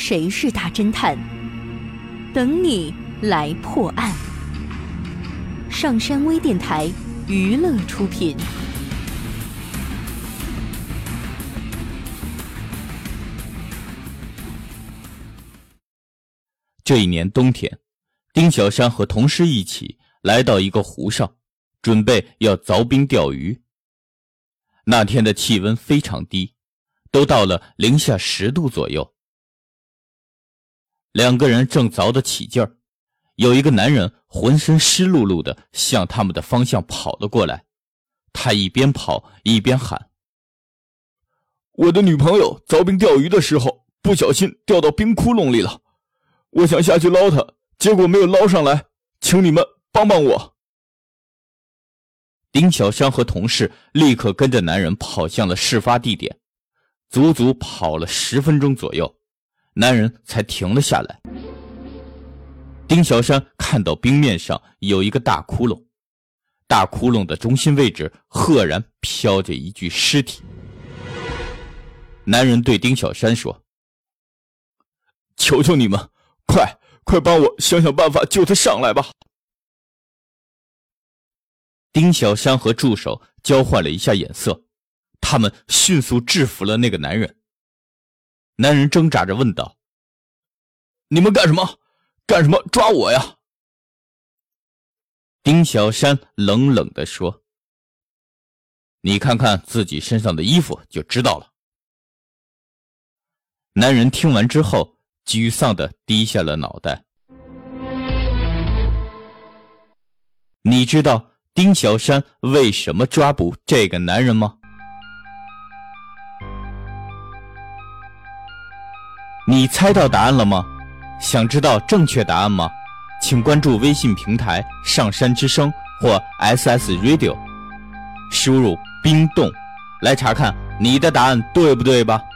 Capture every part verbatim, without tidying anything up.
谁是大侦探？等你来破案。上山微电台娱乐出品。 这一年冬天，丁小山和同事一起来到一个湖上，准备要凿冰钓鱼。那天的气温非常低，都到了零下十度左右。两个人正凿得起劲儿，有一个男人浑身湿漉漉的向他们的方向跑了过来。他一边跑一边喊： 我的女朋友凿冰钓鱼的时候不小心掉到冰窟窿里了，我想下去捞她，结果没有捞上来，请你们帮帮我。 丁小山和同事立刻跟着男人跑向了事发地点，足足跑了十分钟左右，男人才停了下来。丁小山看到冰面上有一个大窟窿，大窟窿的中心位置赫然飘着一具尸体。男人对丁小山说： 求求你们，快快帮我想想办法救他上来吧。 丁小山和助手交换了一下眼色，他们迅速制服了那个男人。男人挣扎着问道： 你们干什么？干什么抓我呀？ 丁小山冷冷地说：你看看自己身上的衣服就知道了。男人听完之后沮丧地低下了脑袋。你知道丁小山为什么抓捕这个男人吗？你猜到答案了吗？想知道正确答案吗？请关注微信平台上山之声或 S S Radio， 输入冰冻来查看你的答案对不对吧。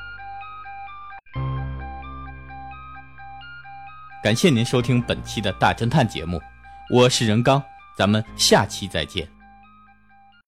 感谢您收听本期的大侦探节目，我是任刚，咱们下期再见。